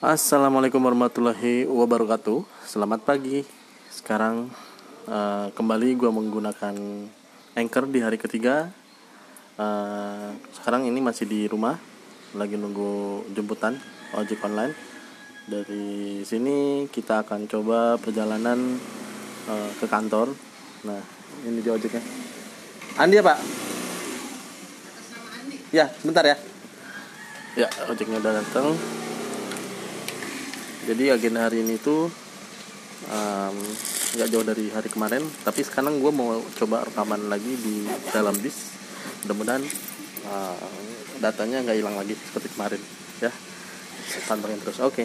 Assalamualaikum warahmatullahi wabarakatuh. Selamat pagi. Sekarang kembali gue menggunakan Anchor di hari ketiga. Sekarang ini masih di rumah, lagi nunggu jemputan ojek online. Dari sini kita akan coba perjalanan ke kantor. Nah, ini dia ojeknya. Andi ya Pak? Ya, bentar ya. Ya, ojeknya udah datang. Jadi agenda hari ini tuh nggak jauh dari hari kemarin, tapi sekarang gue mau coba rekaman lagi di dalam bis. Mudah-mudahan datanya nggak hilang lagi seperti kemarin ya. Pantengin terus. Oke.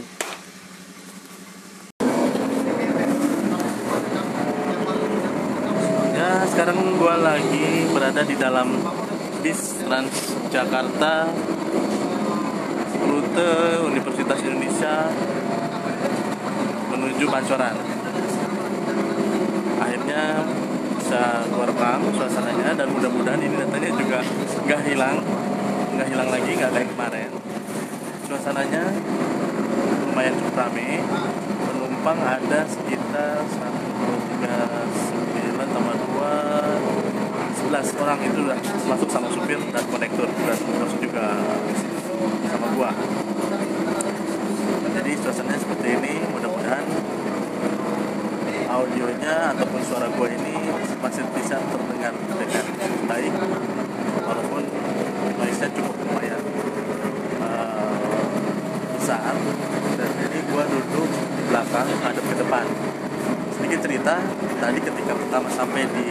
Ya, sekarang gue lagi berada di dalam bis Transjakarta rute Universitas Indonesia menuju Pancoran. Akhirnya bisa gue rekam suasananya, dan mudah-mudahan ini datanya juga nggak hilang lagi, nggak kayak kemarin. Suasananya lumayan cukup rame, penumpang ada sekitar 1, 2, 3, 9 tambah 2, 11 orang. Itu udah masuk sama supir dan konektor, dan masuk juga sama gua. Jadi suasananya seperti ini. Mudah-mudahan audionya ataupun suara gua ini masih bisa terdengar dengan baik, walaupun noise-nya cukup lumayan besar. Dan jadi gua duduk di belakang, hadap ke depan. Sedikit cerita, tadi ketika pertama sampai di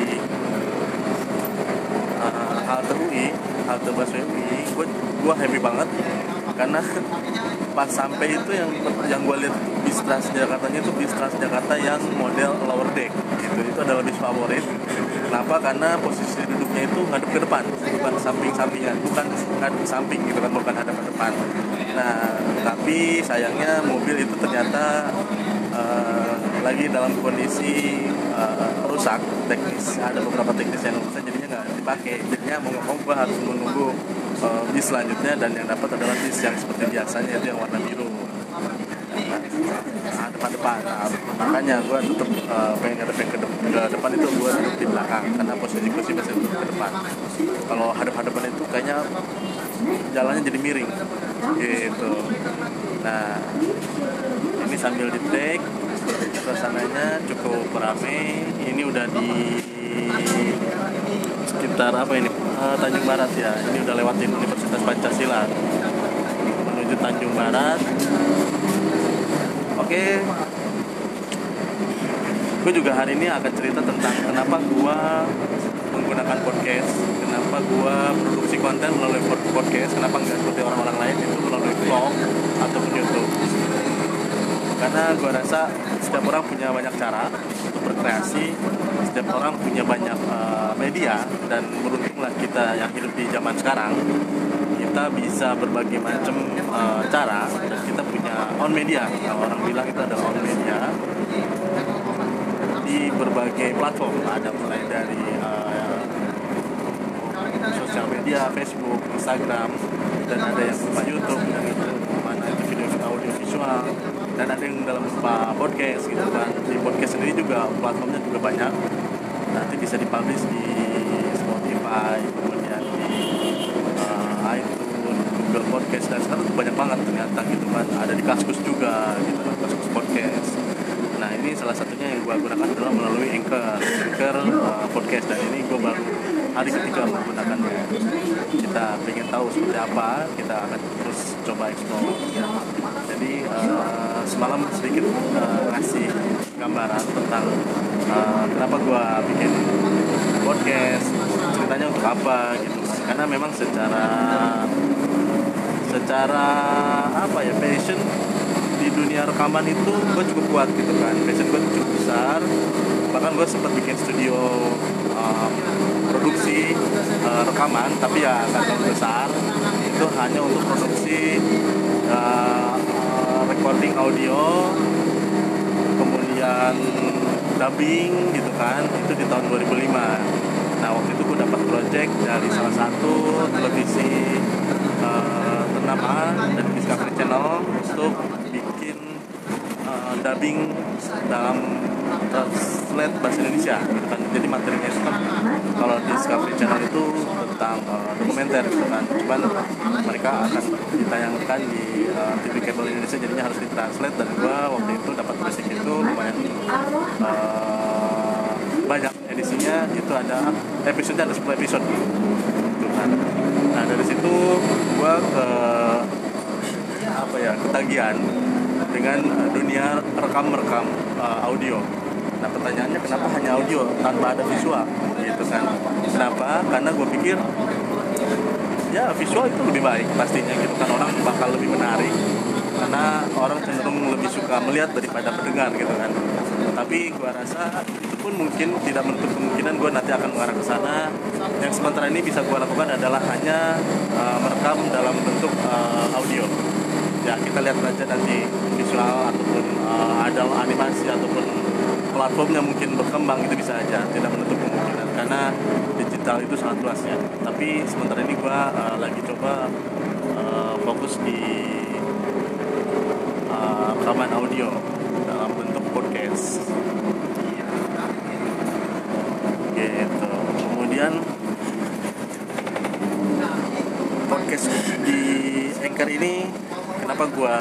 halte UI, halte busway UI, gua happy banget karena pas sampai itu yang gue lihat bis Transjakartanya itu bis Transjakarta yang model lower deck gitu. Itu adalah bis favorit. Kenapa? Karena posisi duduknya itu ngadep ke depan, bukan samping-sampingan, bukan ngadep ke samping gitu kan, bukan hadap ke depan. Nah, tapi sayangnya mobil itu ternyata lagi dalam kondisi rusak teknis. Ada beberapa teknis yang rusak, jadinya nggak dipakai. Jadinya mau ngomong gue harus menunggu bis selanjutnya, dan yang dapat adalah bis yang seperti biasanya, itu yang warna biru, depan. Nah, makanya gue tetap pengen ngadepin ke depan, itu gue duduk di belakang karena posisi gue sih masih duduk ke depan. Kalau hadap-hadapan itu kayaknya jalannya jadi miring gitu. Nah, ini sambil di take, suasananya cukup ramai. Ini udah di sekitar Tanjung Barat ya. Ini udah lewatin Universitas Pancasila menuju Tanjung Barat. Oke. Gue juga hari ini akan cerita tentang kenapa gue menggunakan podcast, kenapa gue produksi konten melalui podcast, kenapa nggak seperti orang-orang lain itu melalui vlog ataupun YouTube. Karena gue rasa setiap orang punya banyak cara untuk berkreasi, setiap orang punya banyak media, dan beruntunglah kita yang hidup di zaman sekarang, kita bisa berbagai macam cara, dan kita punya on media. Kalau orang bilang itu adalah on media di berbagai platform. Ada mulai dari sosial media, Facebook, Instagram, dan ada yang berupa YouTube, dan itu mana itu video audio visual, dan ada yang dalam berupa podcast gitu kan. Di podcast sendiri juga platformnya juga banyak. Nanti bisa dipublish di Spotify, kemudian di iTunes, Google Podcast, dan sekarang banyak banget ternyata gitu kan. Ada di Kaskus juga gitu kan, Kaskus Podcast. Nah, ini salah satunya yang gue gunakan adalah melalui Anchor Podcast, dan ini gue baru hari ketiga menggunakannya. Kita ingin tahu seperti apa, kita akan terus coba explore. Jadi semalam sedikit ngasih gambaran tentang kenapa gue bikin podcast, ceritanya untuk apa gitu. Karena memang secara passion di dunia rekaman itu gue cukup kuat gitu kan. Passion gue cukup besar. Bahkan gue sempat bikin studio produksi rekaman, tapi ya nggak terlalu besar. Itu hanya untuk produksi recording audio, kemudian dubbing gitu kan. Itu di tahun 2005. Nah, waktu itu gue dapat project dari salah satu televisi ternama dan Discovery Channel untuk bikin dalam translate bahasa Indonesia gitu kan. Jadi materinya itu kan kalau di Discovery Channel itu tentang dokumenter gitu kan, cuman mereka akan ditayangkan di TV kabel Indonesia, jadinya harus ditranslate, dan gue waktu itu dapat basic itu lumayan banyak edisinya. Itu ada episode, ada 10 episode gitu kan. Nah dari situ gue ketagihan dengan dunia rekam audio. Nah pertanyaannya, kenapa hanya audio tanpa ada visual gitu kan? Kenapa? Karena gue pikir ya visual itu lebih baik pastinya gitu kan, orang bakal lebih menarik karena orang cenderung lebih suka melihat daripada mendengar gitu kan. Tapi gue rasa itu pun mungkin tidak menutup kemungkinan gue nanti akan mengarah ke sana. Yang sementara ini bisa gue lakukan adalah hanya merekam dalam bentuk audio. Ya kita lihat aja nanti visual ataupun ada animasi ataupun platformnya mungkin berkembang, itu bisa aja, tidak menutup kemungkinan karena digital itu sangat luas ya. Tapi sementara ini gue lagi coba fokus di rekaman audio dalam bentuk podcast gitu. Kemudian podcast di Anchor ini kenapa gue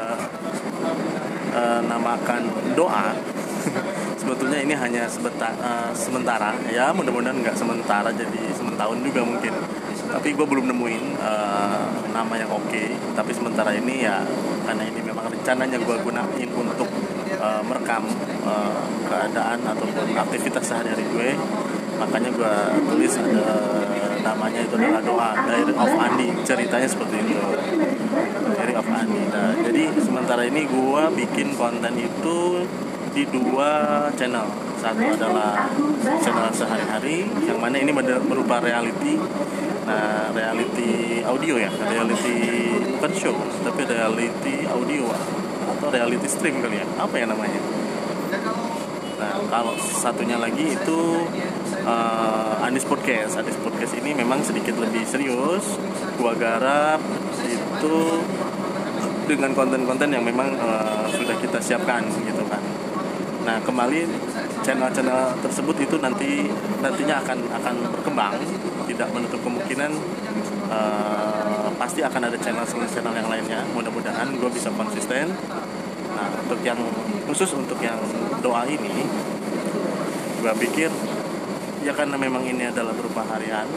namakan doa? Sebetulnya ini hanya sementara ya, mudah-mudahan nggak sementara jadi sementahun juga mungkin, tapi gue belum nemuin nama yang oke. Tapi sementara ini ya, karena ini memang rencananya gue gunain untuk merekam keadaan ataupun aktivitas sehari-hari gue, makanya gue tulis ada namanya itu adalah doa, Diary of Andi. Ceritanya seperti itu, Diary of Andi. Nah, jadi sementara ini gue bikin konten itu di 2 channel. Satu adalah channel sehari-hari, yang mana ini berupa reality. Nah, reality audio ya, reality bukan show, tapi reality audio atau reality stream kali ya, apa ya namanya. Nah, kalau satunya lagi itu Andis Podcast. Andis Podcast ini memang sedikit lebih serius. Gua garap itu dengan konten-konten yang memang sudah kita siapkan gitu kan. Nah, kembali channel-channel tersebut itu nantinya akan berkembang, tidak menutup kemungkinan pasti akan ada channel yang lainnya. Mudah-mudahan gue bisa konsisten. Nah, untuk yang khusus untuk yang doa ini, gue pikir ya karena memang ini adalah berupa harian,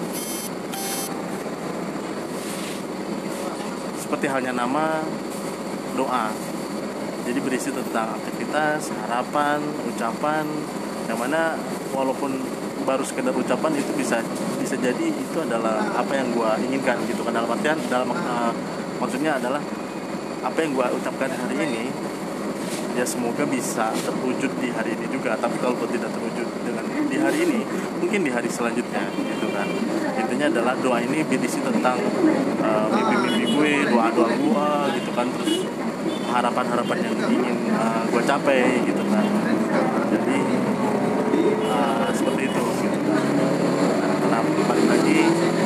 seperti halnya nama doa. Jadi berisi tentang aktivitas, harapan, ucapan, yang mana walaupun baru sekedar ucapan itu bisa jadi itu adalah apa yang gue inginkan gitu kan. Dalam artian, maksudnya adalah apa yang gue ucapkan hari ini ya semoga bisa terwujud di hari ini juga. Tapi kalau tidak terwujud dengan di hari ini, mungkin di hari selanjutnya gitu kan. Intinya adalah doa ini berisi tentang mimpi-mimpi gue, doa-doa gue gitu kan, terus harapan-harapan yang ingin gue capai gitu kan. Jadi seperti itu gitu kan. Nah, kenapa balik lagi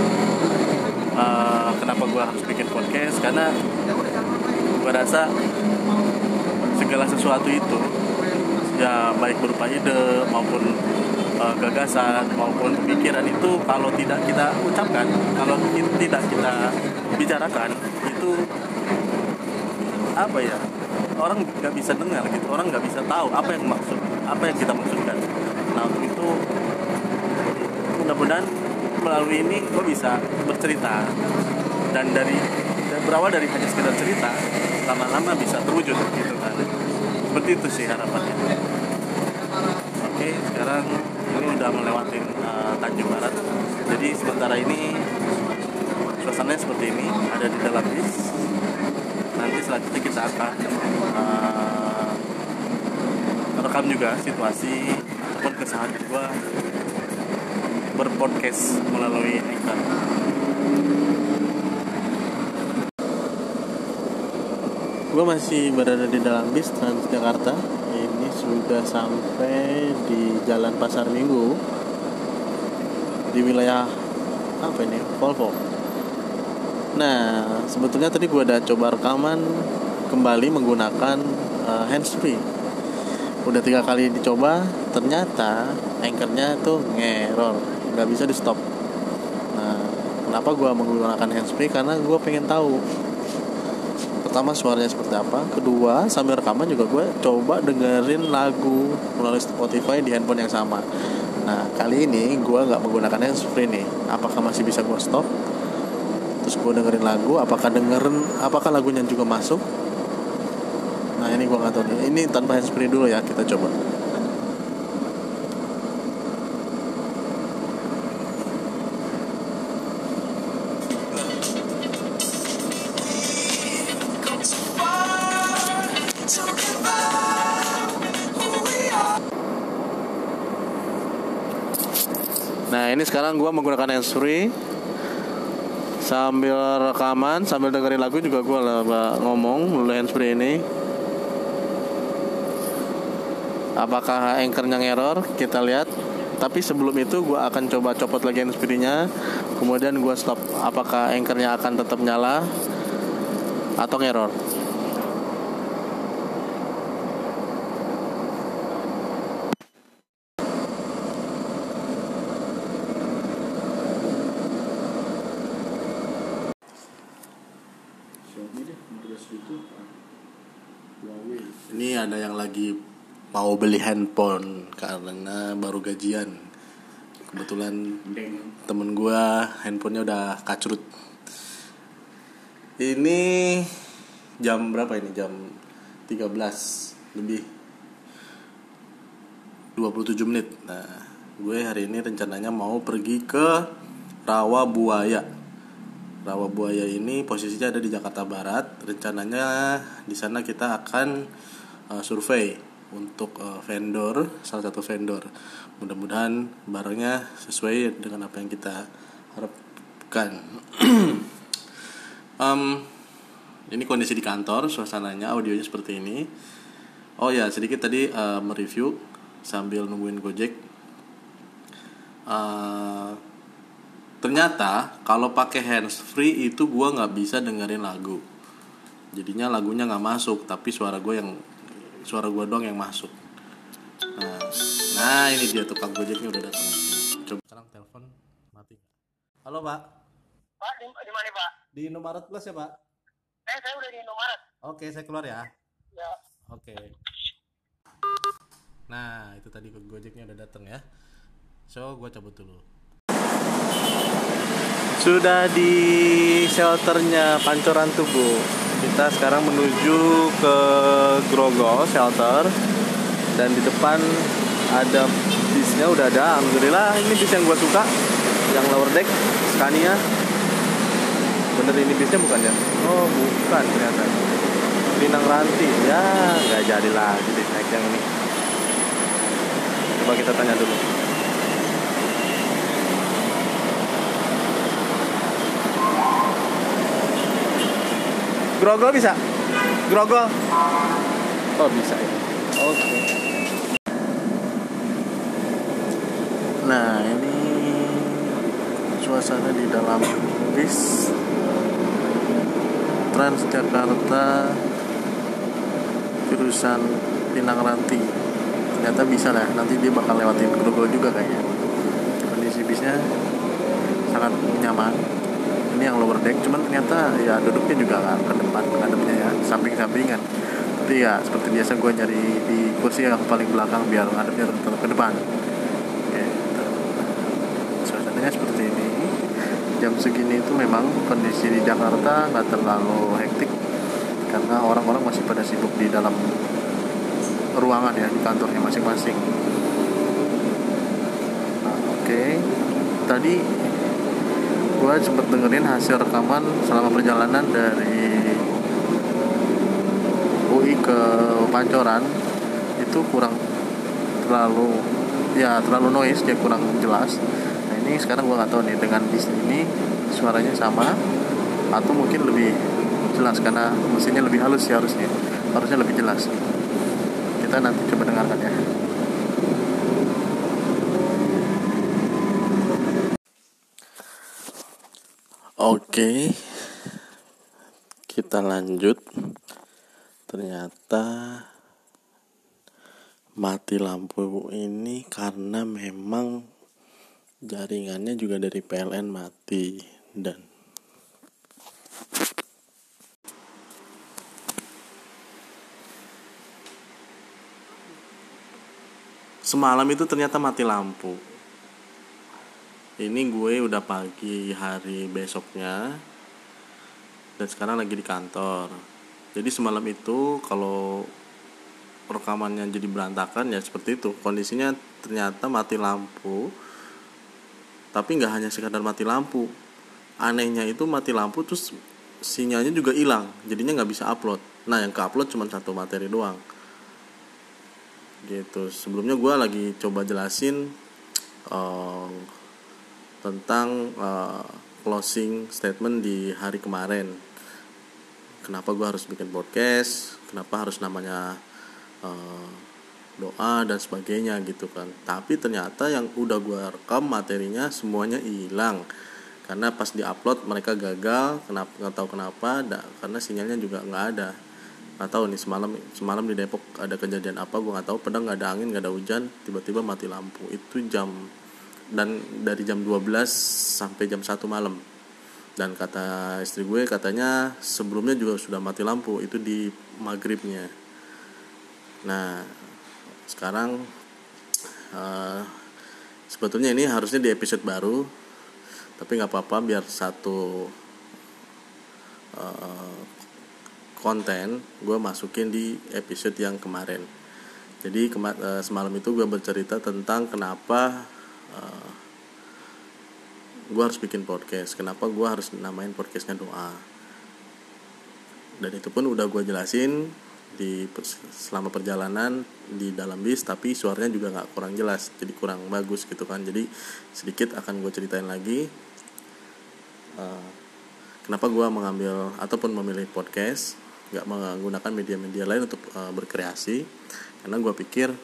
kenapa gue harus bikin podcast, karena gue rasa segala sesuatu itu ya, baik berupa ide maupun gagasan maupun pemikiran itu, kalau tidak kita ucapkan, kalau tidak kita bicarakan, itu apa ya, orang nggak bisa dengar gitu, orang nggak bisa tahu apa yang kita maksudkan. Nah, untuk itu mudah-mudahan melalui ini gue bisa bercerita, dan berawal dari hanya sekedar cerita, lama-lama bisa terwujud gitu kan. Seperti itu sih harapannya. Oke, sekarang ini udah melewati Tanjung Barat, jadi sementara ini suasananya seperti ini, ada di dalam bis. Nanti selanjutnya kita akan rekam juga situasi ataupun keseharian gue berpodcast melalui Anchor. Gue masih berada di dalam bis Transjakarta. Ini sudah sampai di Jalan Pasar Minggu, di wilayah apa ini? Volvo. Nah, sebetulnya tadi gue udah coba rekaman kembali menggunakan handsfree. Udah 3 kali dicoba, ternyata anchornya tuh ngeror, nggak bisa di stop. Nah, kenapa gue menggunakan handsfree? Karena gue pengen tahu, pertama suaranya seperti apa, kedua sambil rekaman juga gue coba dengerin lagu melalui Spotify di handphone yang sama. Nah, kali ini gue nggak menggunakan handsfree nih. Apakah masih bisa gue stop? Terus gue dengerin lagu, apakah lagunya juga masuk? Nah, ini gue nggak tahu nih. Ini tanpa handsfree dulu ya, kita coba. Nah, ini sekarang gue menggunakan handsfree sambil rekaman, sambil dengerin lagu juga gue ngomong melalui handsfree ini. Apakah anchornya ngeror? Kita lihat. Tapi sebelum itu gue akan coba copot lagi handsfree-nya, kemudian gue stop. Apakah anchornya akan tetap nyala atau ngeror? Ini ada yang lagi mau beli handphone karena baru gajian. Kebetulan temen gue handphonenya udah kacrut. Ini jam berapa ini? Jam 13 lebih 27 menit. Nah, gue hari ini rencananya mau pergi ke Rawa Buaya. Rawa Buaya ini posisinya ada di Jakarta Barat. Rencananya di sana kita akan survei untuk vendor, salah satu vendor. Mudah-mudahan barangnya sesuai dengan apa yang kita harapkan. Ini kondisi di kantor, suasananya, audionya seperti ini. Oh ya, sedikit tadi mereview sambil nungguin Gojek. Ternyata kalau pakai handsfree itu gue nggak bisa dengerin lagu. Jadinya lagunya nggak masuk, tapi suara gue doang yang masuk. Nah ini dia tukang Gojeknya udah datang. Coba sekarang telepon mati. Halo Pak. Pak, di mana Pak? Di Indomaret Plus ya Pak? Saya udah di Indomaret. Oke, saya keluar ya. Ya. Oke. Nah itu tadi Gojeknya udah datang ya. So gue cabut dulu. Sudah di shelternya Pancoran Tugu. Kita sekarang menuju ke Grogol shelter. Dan di depan ada bisnya udah ada. Alhamdulillah ini bis yang gue suka, yang lower deck Scania. Bener ini bisnya bukan ya? Oh bukan ternyata. Pinang Ranti. Ya nggak jadi lagi deh naik yang ini. Coba kita tanya dulu. Grogol bisa? Grogol? Oh bisa ya. Oke. Nah ini suasana di dalam bis Transjakarta jurusan Pinang Ranti. Ternyata bisa lah. Nanti dia bakal lewatin Grogol juga kayaknya. Kondisi bisnya sangat nyaman. Ini yang lower deck, cuman ternyata ya duduknya juga nggak ke depan, ngadepnya ya samping-sampingan. Tapi ya seperti biasa gue nyari di kursi yang paling belakang biar ngadepnya tetap ke depan. Oke, suasananya seperti ini. Jam segini itu memang kondisi di Jakarta nggak terlalu hektik karena orang-orang masih pada sibuk di dalam ruangan ya, di kantornya masing-masing. Nah, oke. Tadi gue sempat dengerin hasil rekaman selama perjalanan dari UI ke Pancoran. Itu kurang terlalu noise, dia kurang jelas. Nah ini sekarang gue nggak tahu nih dengan bis ini suaranya sama atau mungkin lebih jelas karena mesinnya lebih halus sih, harusnya lebih jelas. Kita nanti coba dengarkan ya. Oke, kita lanjut. Ternyata mati lampu ini karena memang jaringannya juga dari PLN mati. Dan semalam itu ternyata mati lampu. Ini gue udah pagi hari besoknya, dan sekarang lagi di kantor. Jadi semalam itu kalau rekamannya jadi berantakan ya seperti itu. Kondisinya ternyata mati lampu. Tapi gak hanya sekadar mati lampu. Anehnya itu mati lampu terus sinyalnya juga hilang. Jadinya gak bisa upload. Nah yang ke-upload cuma satu materi doang gitu. Sebelumnya gue lagi coba jelasin tentang closing statement di hari kemarin. Kenapa gue harus bikin podcast, kenapa harus namanya doa dan sebagainya gitu kan. Tapi ternyata yang udah gue rekam materinya semuanya hilang. Karena pas di-upload mereka gagal, nggak tahu kenapa, karena sinyalnya juga nggak ada. Nggak tahu nih semalam di Depok ada kejadian apa, gue nggak tahu. Padahal nggak ada angin, nggak ada hujan, tiba-tiba mati lampu. Itu dari jam 12 sampai jam 1 malam. Dan kata istri gue katanya sebelumnya juga sudah mati lampu, itu di maghribnya. Nah sekarang sebetulnya ini harusnya di episode baru, tapi gak apa-apa biar satu konten gue masukin di episode yang kemarin. Jadi semalam itu gue bercerita tentang kenapa gue harus bikin podcast, kenapa gue harus namain podcastnya doa. Dan itu pun udah gue jelasin selama perjalanan di dalam bis, tapi suaranya juga gak kurang jelas, jadi kurang bagus gitu kan. Jadi sedikit akan gue ceritain lagi kenapa gue mengambil ataupun memilih podcast, gak menggunakan media-media lain untuk berkreasi. Karena gue pikir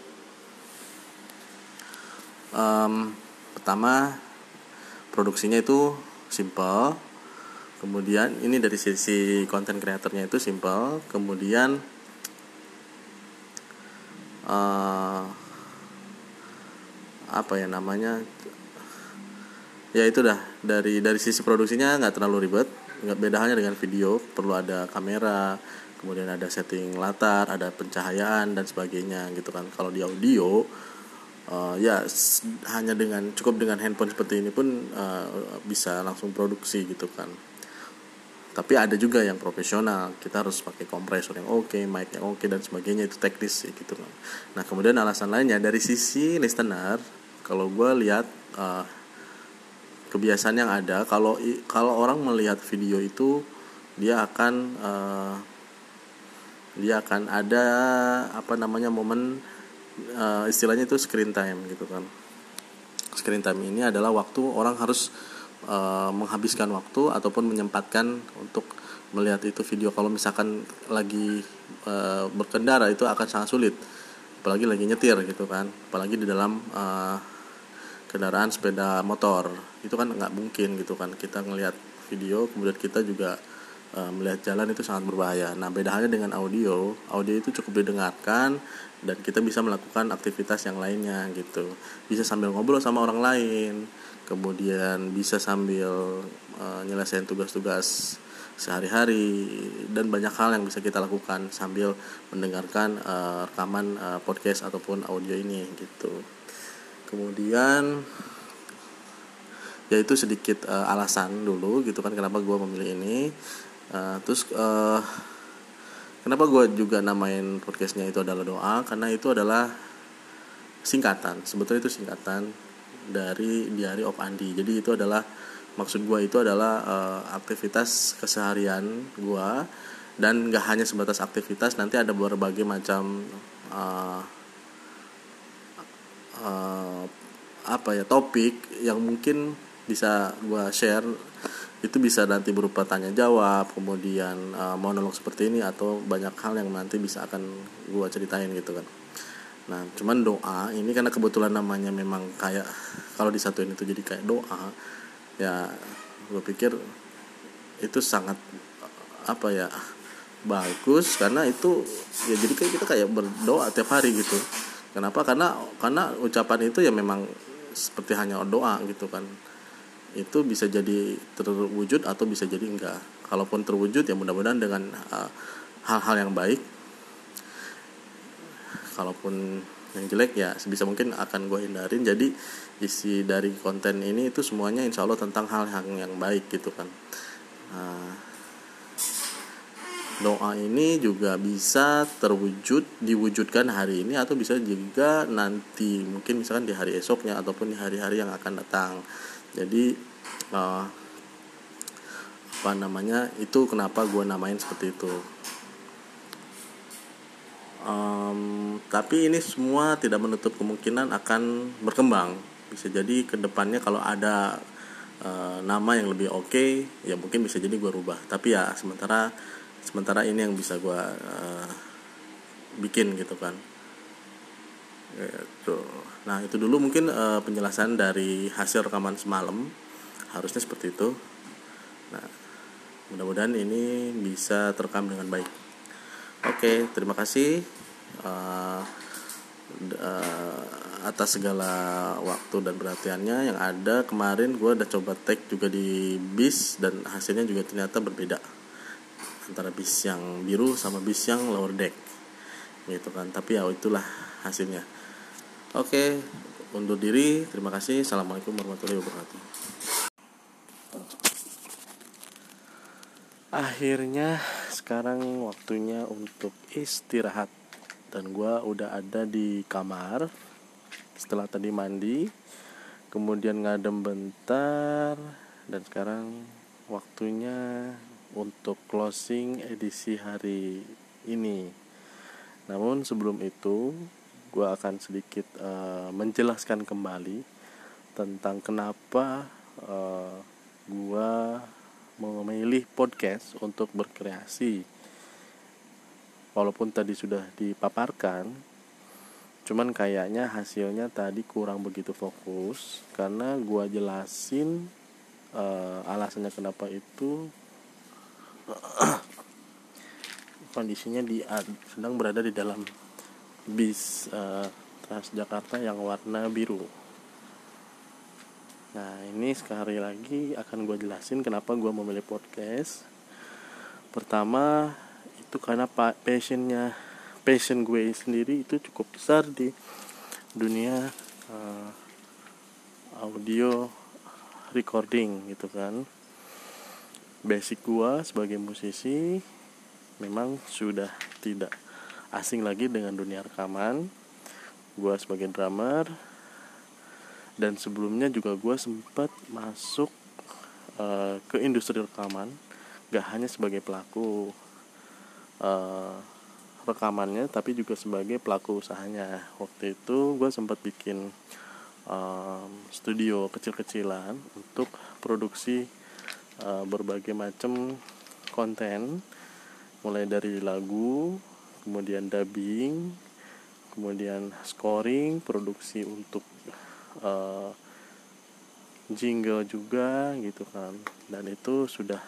pertama produksinya itu simple, kemudian ini dari sisi konten kreatornya itu simple, kemudian ya itu dah dari sisi produksinya nggak terlalu ribet, nggak beda halnya dengan video, perlu ada kamera, kemudian ada setting latar, ada pencahayaan dan sebagainya gitu kan. Kalau di audio hanya cukup dengan handphone seperti ini pun bisa langsung produksi gitu kan. Tapi ada juga yang profesional, kita harus pakai kompresor yang oke, mic yang oke dan sebagainya, itu teknis gitu kan. Nah kemudian alasan lainnya dari sisi listener, kalau gue lihat kebiasaan yang ada, kalau orang melihat video itu dia akan ada momen istilahnya itu screen time gitu kan. Screen time ini adalah waktu orang harus menghabiskan waktu ataupun menyempatkan untuk melihat itu video. Kalau misalkan lagi berkendara itu akan sangat sulit, apalagi lagi nyetir gitu kan, apalagi di dalam kendaraan sepeda motor, itu kan nggak mungkin gitu kan kita ngelihat video kemudian kita juga melihat jalan, itu sangat berbahaya. Nah beda halnya dengan audio itu cukup didengarkan dan kita bisa melakukan aktivitas yang lainnya gitu, bisa sambil ngobrol sama orang lain, kemudian bisa sambil nyelesain tugas-tugas sehari-hari, dan banyak hal yang bisa kita lakukan sambil mendengarkan rekaman podcast ataupun audio ini gitu. Kemudian ya itu sedikit alasan dulu gitu kan kenapa gue memilih ini. Terus kenapa gue juga namain podcastnya itu adalah doa, karena itu adalah singkatan, sebetulnya itu singkatan dari Diary of Andi. Jadi itu adalah, maksud gue itu adalah aktivitas keseharian gue, dan gak hanya sebatas aktivitas, nanti ada berbagai macam topik yang mungkin bisa gue share. Itu bisa nanti berupa tanya jawab, kemudian monolog seperti ini, atau banyak hal yang nanti bisa akan gue ceritain gitu kan. Nah cuman doa ini karena kebetulan namanya memang kayak, kalau disatuin itu jadi kayak doa, ya gue pikir itu sangat bagus, karena itu ya jadi kayak kita kayak berdoa tiap hari gitu. Kenapa? Karena ucapan itu ya memang seperti hanya doa gitu kan. Itu bisa jadi terwujud atau bisa jadi enggak. Kalaupun terwujud ya mudah-mudahan dengan hal-hal yang baik. Kalaupun yang jelek ya sebisa mungkin akan gue hindarin. Jadi isi dari konten ini itu semuanya insya Allah tentang hal yang baik gitu kan. Doa ini juga bisa diwujudkan hari ini atau bisa juga nanti, mungkin misalkan di hari esoknya ataupun di hari-hari yang akan datang. Jadi itu kenapa gue namain seperti itu. Tapi ini semua tidak menutup kemungkinan akan berkembang. Bisa jadi kedepannya kalau ada nama yang lebih oke, ya mungkin bisa jadi gue rubah. Tapi ya sementara ini yang bisa gue bikin gitu kan. Gitu. Nah itu dulu mungkin penjelasan dari hasil rekaman semalam. Harusnya seperti itu. Nah mudah-mudahan ini bisa terekam dengan baik. Oke, terima kasih atas segala waktu dan perhatiannya. Yang ada kemarin gue udah coba tag juga di bis dan hasilnya juga ternyata berbeda antara bis yang biru sama bis yang lower deck gitu kan. Tapi ya itulah hasilnya. Oke, undur diri. Terima kasih. Assalamualaikum warahmatullahi wabarakatuh. Akhirnya sekarang waktunya untuk istirahat. Dan gue udah ada di kamar setelah tadi mandi, kemudian ngadem bentar, dan sekarang waktunya untuk closing edisi hari ini. Namun sebelum itu gue akan sedikit menjelaskan kembali tentang kenapa gue memilih podcast untuk berkreasi. Walaupun tadi sudah dipaparkan, cuman kayaknya hasilnya tadi kurang begitu fokus karena gue jelasin alasannya kenapa itu. Kondisinya sedang berada di dalam bis Transjakarta yang warna biru. Nah ini sekali lagi akan gue jelasin kenapa gue memilih podcast. Pertama itu karena passion gue sendiri itu cukup besar di dunia audio recording gitu kan. Basic gue sebagai musisi memang sudah tidak asing lagi dengan dunia rekaman. Gue sebagai drummer, dan sebelumnya juga gue sempat masuk ke industri rekaman, gak hanya sebagai pelaku rekamannya tapi juga sebagai pelaku usahanya. Waktu itu gue sempat bikin studio kecil-kecilan untuk produksi berbagai macam konten, mulai dari lagu, kemudian dubbing, kemudian scoring, produksi untuk jingle juga gitu kan. Dan itu sudah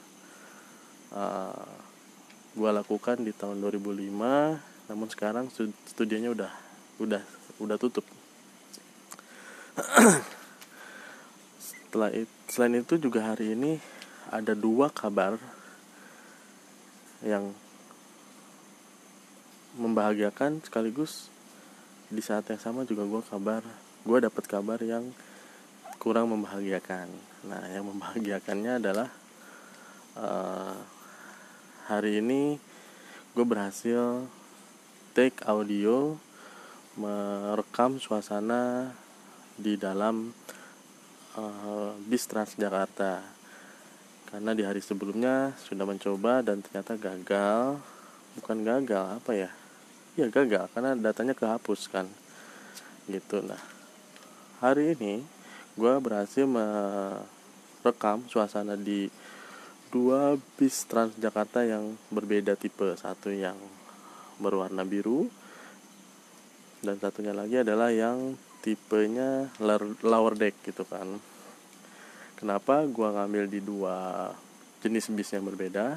gue lakukan di tahun 2005. Namun sekarang studionya udah tutup. Selain itu juga hari ini ada 2 kabar yang membahagiakan sekaligus di saat yang sama juga gue dapat kabar yang kurang membahagiakan. Nah yang membahagiakannya adalah hari ini gue berhasil take audio merekam suasana di dalam bis Transjakarta. Karena di hari sebelumnya sudah mencoba dan ternyata gagal. Bukan gagal, apa ya? Ya gagal karena datanya kehapus kan. Gitu. Nah, hari ini gue berhasil merekam suasana di 2 bis Transjakarta yang berbeda tipe. Satu yang berwarna biru dan satunya lagi adalah yang tipenya lower deck gitu kan. Kenapa gue ngambil di 2 jenis bis yang berbeda?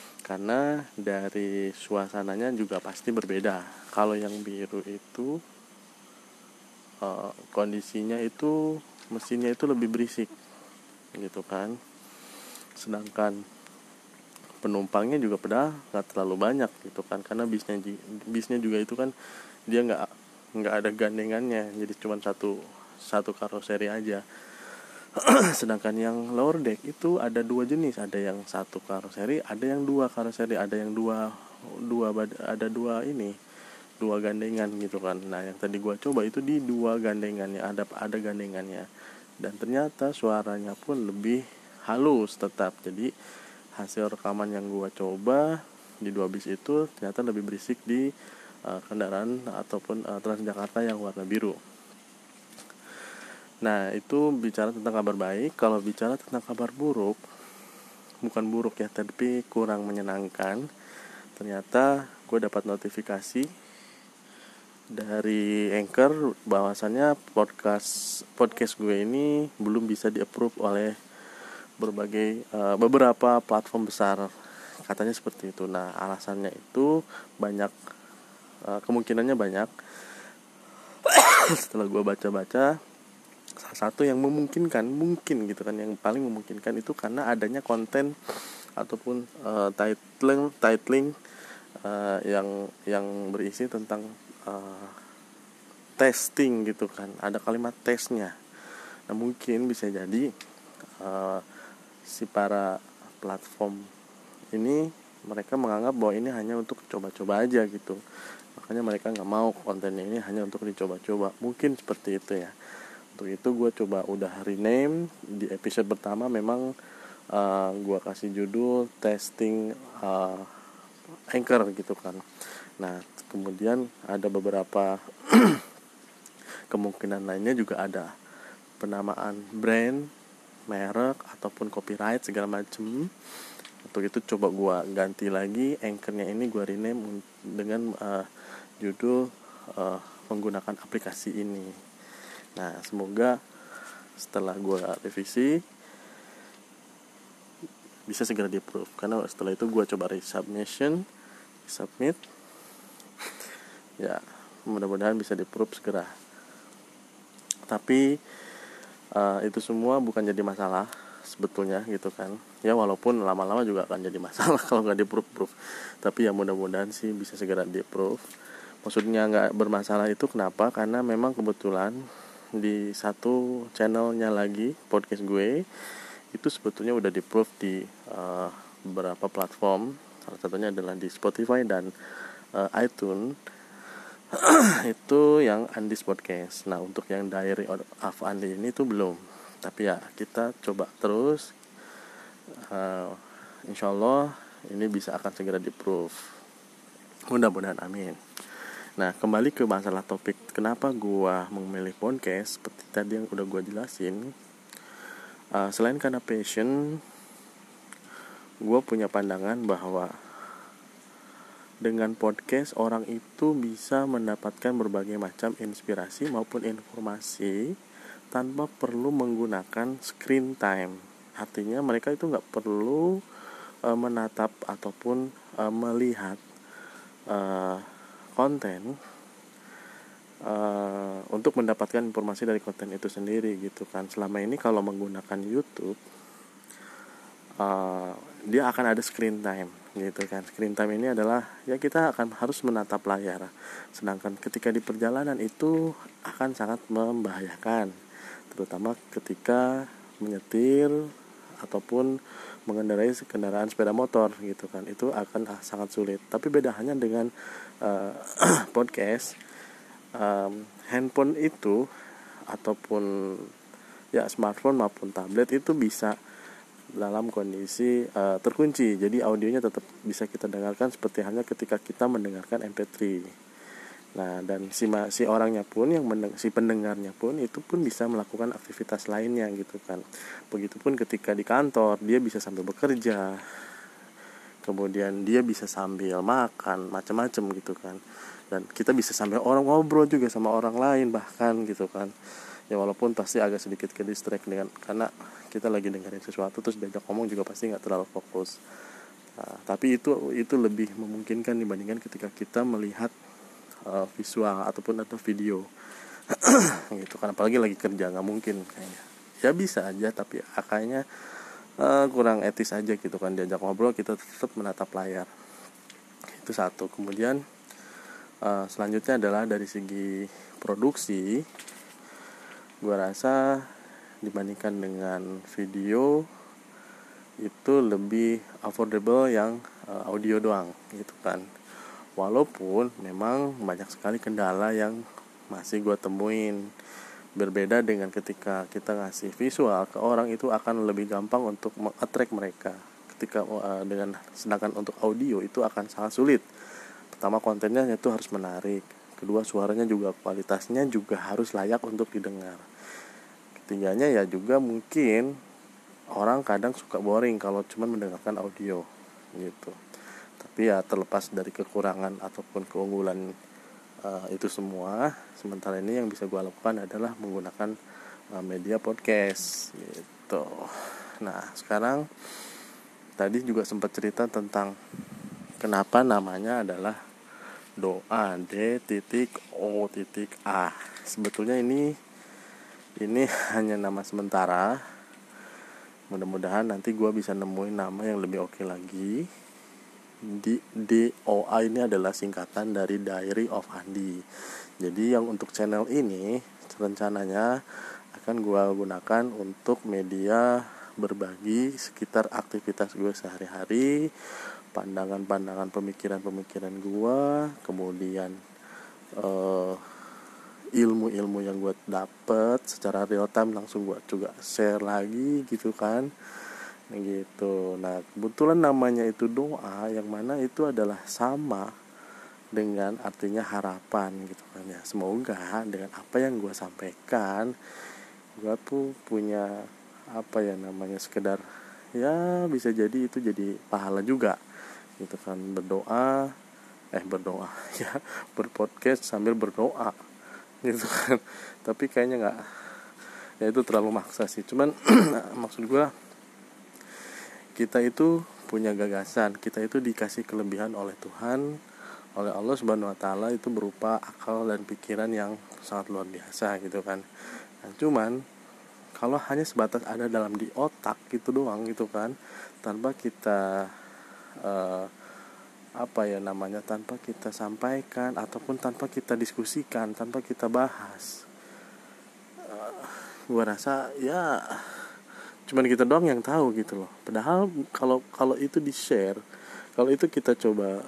Karena dari suasananya juga pasti berbeda. Kalau yang biru itu kondisinya itu mesinnya itu lebih berisik gitu kan, sedangkan penumpangnya juga padahal nggak terlalu banyak gitu kan, karena bisnya juga itu kan dia nggak ada gandengannya, jadi cuma satu karoseri aja. Sedangkan yang lower deck itu ada dua jenis, ada yang satu karoseri, ada yang dua karoseri, ada yang ada dua gandengan gitu kan. Nah yang tadi gua coba itu di dua gandengannya, ada gandengannya, dan ternyata suaranya pun lebih halus tetap. Jadi hasil rekaman yang gua coba di dua bis itu ternyata lebih berisik di kendaraan ataupun Transjakarta yang warna biru. Nah itu bicara tentang kabar baik. Kalau bicara tentang kabar buruk, bukan buruk ya, tapi kurang menyenangkan. Ternyata gue dapat notifikasi dari Anchor bahwasannya podcast gue ini belum bisa di-approve oleh beberapa platform besar. Katanya seperti itu. Nah alasannya itu banyak, kemungkinannya banyak. Setelah gue baca-baca, salah satu yang mungkin gitu kan, yang paling memungkinkan itu karena adanya konten ataupun titling yang berisi tentang testing gitu kan, ada kalimat tesnya. Nah mungkin bisa jadi si para platform ini mereka menganggap bahwa ini hanya untuk coba-coba aja gitu, makanya mereka nggak mau kontennya ini hanya untuk dicoba-coba, mungkin seperti itu ya. Untuk itu gue coba udah rename di episode pertama, memang gue kasih judul testing Anchor gitu kan. Nah kemudian ada beberapa kemungkinan lainnya juga, ada penamaan brand, merek ataupun copyright segala macem. Untuk itu coba gue ganti lagi Anchornya ini, gue rename dengan judul menggunakan aplikasi ini. Nah semoga setelah gue revisi bisa segera di approve, karena setelah itu gue coba submit ya, mudah-mudahan bisa di approve segera. Tapi itu semua bukan jadi masalah sebetulnya gitu kan ya, walaupun lama-lama juga akan jadi masalah kalau nggak di approve. Tapi ya mudah-mudahan sih bisa segera di approve. Maksudnya nggak bermasalah itu kenapa, karena memang kebetulan di satu channelnya lagi podcast gue itu sebetulnya udah di approve di beberapa platform, salah satunya adalah di Spotify dan iTunes. Itu yang Andis Podcast. Nah untuk yang Diary of Andi ini tuh belum, tapi ya kita coba terus, insyaallah ini bisa akan segera di approve, mudah-mudahan amin. Nah kembali ke masalah topik, kenapa gua memilih podcast seperti tadi yang udah gua jelasin. Selain karena passion, gua punya pandangan bahwa dengan podcast orang itu bisa mendapatkan berbagai macam inspirasi maupun informasi tanpa perlu menggunakan screen time. Artinya mereka itu nggak perlu menatap ataupun melihat konten untuk mendapatkan informasi dari konten itu sendiri gitu kan. Selama ini kalau menggunakan YouTube dia akan ada screen time gitu kan. Screen time ini adalah ya kita akan harus menatap layar, sedangkan ketika di perjalanan itu akan sangat membahayakan, terutama ketika menyetir ataupun mengendarai kendaraan sepeda motor gitu kan, itu akan sangat sulit. Tapi beda hanya dengan podcast, handphone itu ataupun ya smartphone maupun tablet itu bisa dalam kondisi terkunci, jadi audionya tetap bisa kita dengarkan seperti halnya ketika kita mendengarkan MP3. Nah dan si orangnya pun si pendengarnya pun itu pun bisa melakukan aktivitas lainnya gitu kan. Begitupun ketika di kantor dia bisa sambil bekerja, kemudian dia bisa sambil makan macam-macam gitu kan, dan kita bisa sambil orang ngobrol juga sama orang lain bahkan gitu kan. Ya walaupun pasti agak sedikit ke distract dengan karena kita lagi dengerin sesuatu terus diajak ngomong juga pasti nggak terlalu fokus. Nah, tapi itu lebih memungkinkan dibandingkan ketika kita melihat visual ataupun atau video. gitu kan, apalagi lagi kerja nggak mungkin kayaknya. Ya bisa aja tapi kayaknya kurang etis aja gitu kan, diajak ngobrol kita tetap menatap layar. Itu satu. Kemudian selanjutnya adalah dari segi produksi, gue rasa dibandingkan dengan video itu lebih affordable yang audio doang gitu kan. Walaupun memang banyak sekali kendala yang masih gue temuin. Berbeda dengan ketika kita ngasih visual ke orang, itu akan lebih gampang untuk meng-attract mereka. Sedangkan untuk audio itu akan sangat sulit. Pertama, kontennya itu harus menarik. Kedua, suaranya juga, kualitasnya juga harus layak untuk didengar. Ketiganya ya juga mungkin orang kadang suka boring kalau cuma mendengarkan audio gitu. Tapi ya terlepas dari kekurangan ataupun keunggulan itu semua, sementara ini yang bisa gue lakukan adalah menggunakan media podcast gitu. Nah sekarang, tadi juga sempat cerita tentang kenapa namanya adalah doa, D.O.A. Sebetulnya ini hanya nama sementara. Mudah-mudahan nanti gue bisa nemuin nama yang lebih oke lagi. DOA ini adalah singkatan dari Diary of Andi. Jadi yang untuk channel ini rencananya akan gue gunakan untuk media berbagi sekitar aktivitas gue sehari-hari, pandangan-pandangan, pemikiran-pemikiran gue, kemudian ilmu-ilmu yang gue dapet secara real time langsung gue juga share lagi gitu kan. Gitu. Nah kebetulan namanya itu doa, yang mana itu adalah sama dengan artinya harapan gitu kan ya. Semoga dengan apa yang gue sampaikan, gue tuh punya sekedar ya bisa jadi itu jadi pahala juga gitu kan. Berdoa ya, berpodcast sambil berdoa gitu kan. Tapi kayaknya nggak, ya itu terlalu maksa sih. Cuman maksud gue, kita itu punya gagasan, kita itu dikasih kelebihan oleh Tuhan, oleh Allah Subhanahu wa taala, itu berupa akal dan pikiran yang sangat luar biasa gitu kan. Nah, cuman kalau hanya sebatas ada dalam di otak gitu doang gitu kan, tanpa kita tanpa kita sampaikan ataupun tanpa kita diskusikan, tanpa kita bahas, gua rasa ya cuman kita doang yang tahu gitu loh. Padahal kalau itu di share, kalau itu kita coba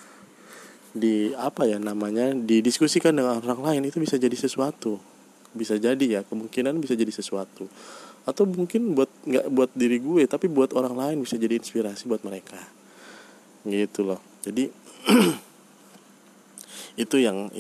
didiskusikan dengan orang lain, itu bisa jadi sesuatu. Bisa jadi ya, kemungkinan bisa jadi sesuatu. Atau mungkin nggak buat diri gue, tapi buat orang lain bisa jadi inspirasi buat mereka. Gitu loh. Jadi itu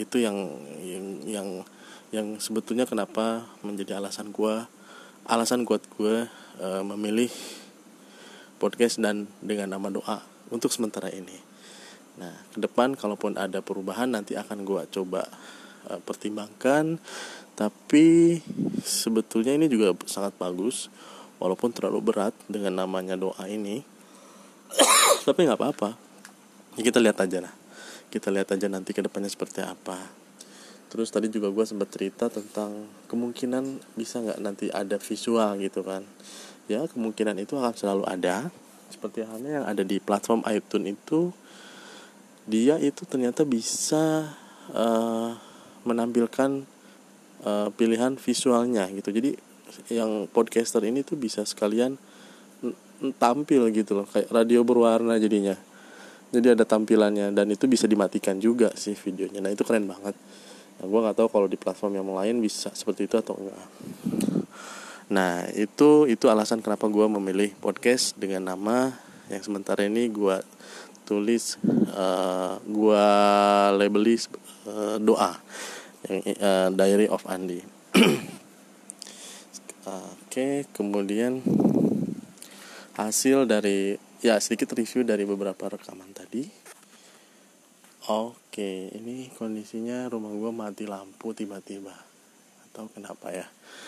yang sebetulnya kenapa menjadi alasan kuat gue memilih podcast dan dengan nama doa untuk sementara ini. Nah, ke depan kalaupun ada perubahan nanti akan gue coba pertimbangkan. Tapi sebetulnya ini juga sangat bagus, walaupun terlalu berat dengan namanya doa ini. Tapi nggak apa-apa. Ya, kita lihat aja nanti ke depannya seperti apa. Terus tadi juga gue sempat cerita tentang kemungkinan bisa nggak nanti ada visual gitu kan. Ya kemungkinan itu akan selalu ada. Seperti halnya yang ada di platform iTunes itu, dia itu ternyata bisa menampilkan pilihan visualnya gitu. Jadi yang podcaster ini tuh bisa sekalian tampil gitu loh, kayak radio berwarna jadinya. Jadi ada tampilannya dan itu bisa dimatikan juga sih videonya. Nah itu keren banget. Nah, gue nggak tahu kalau di platform yang lain bisa seperti itu atau enggak. Nah itu alasan kenapa gue memilih podcast dengan nama yang sementara ini gue tulis, gue labeli doa, yang Diary of Andi. Oke, kemudian hasil dari sedikit review dari beberapa rekaman tadi. Oke, ini kondisinya rumah gue mati lampu tiba-tiba, atau kenapa ya.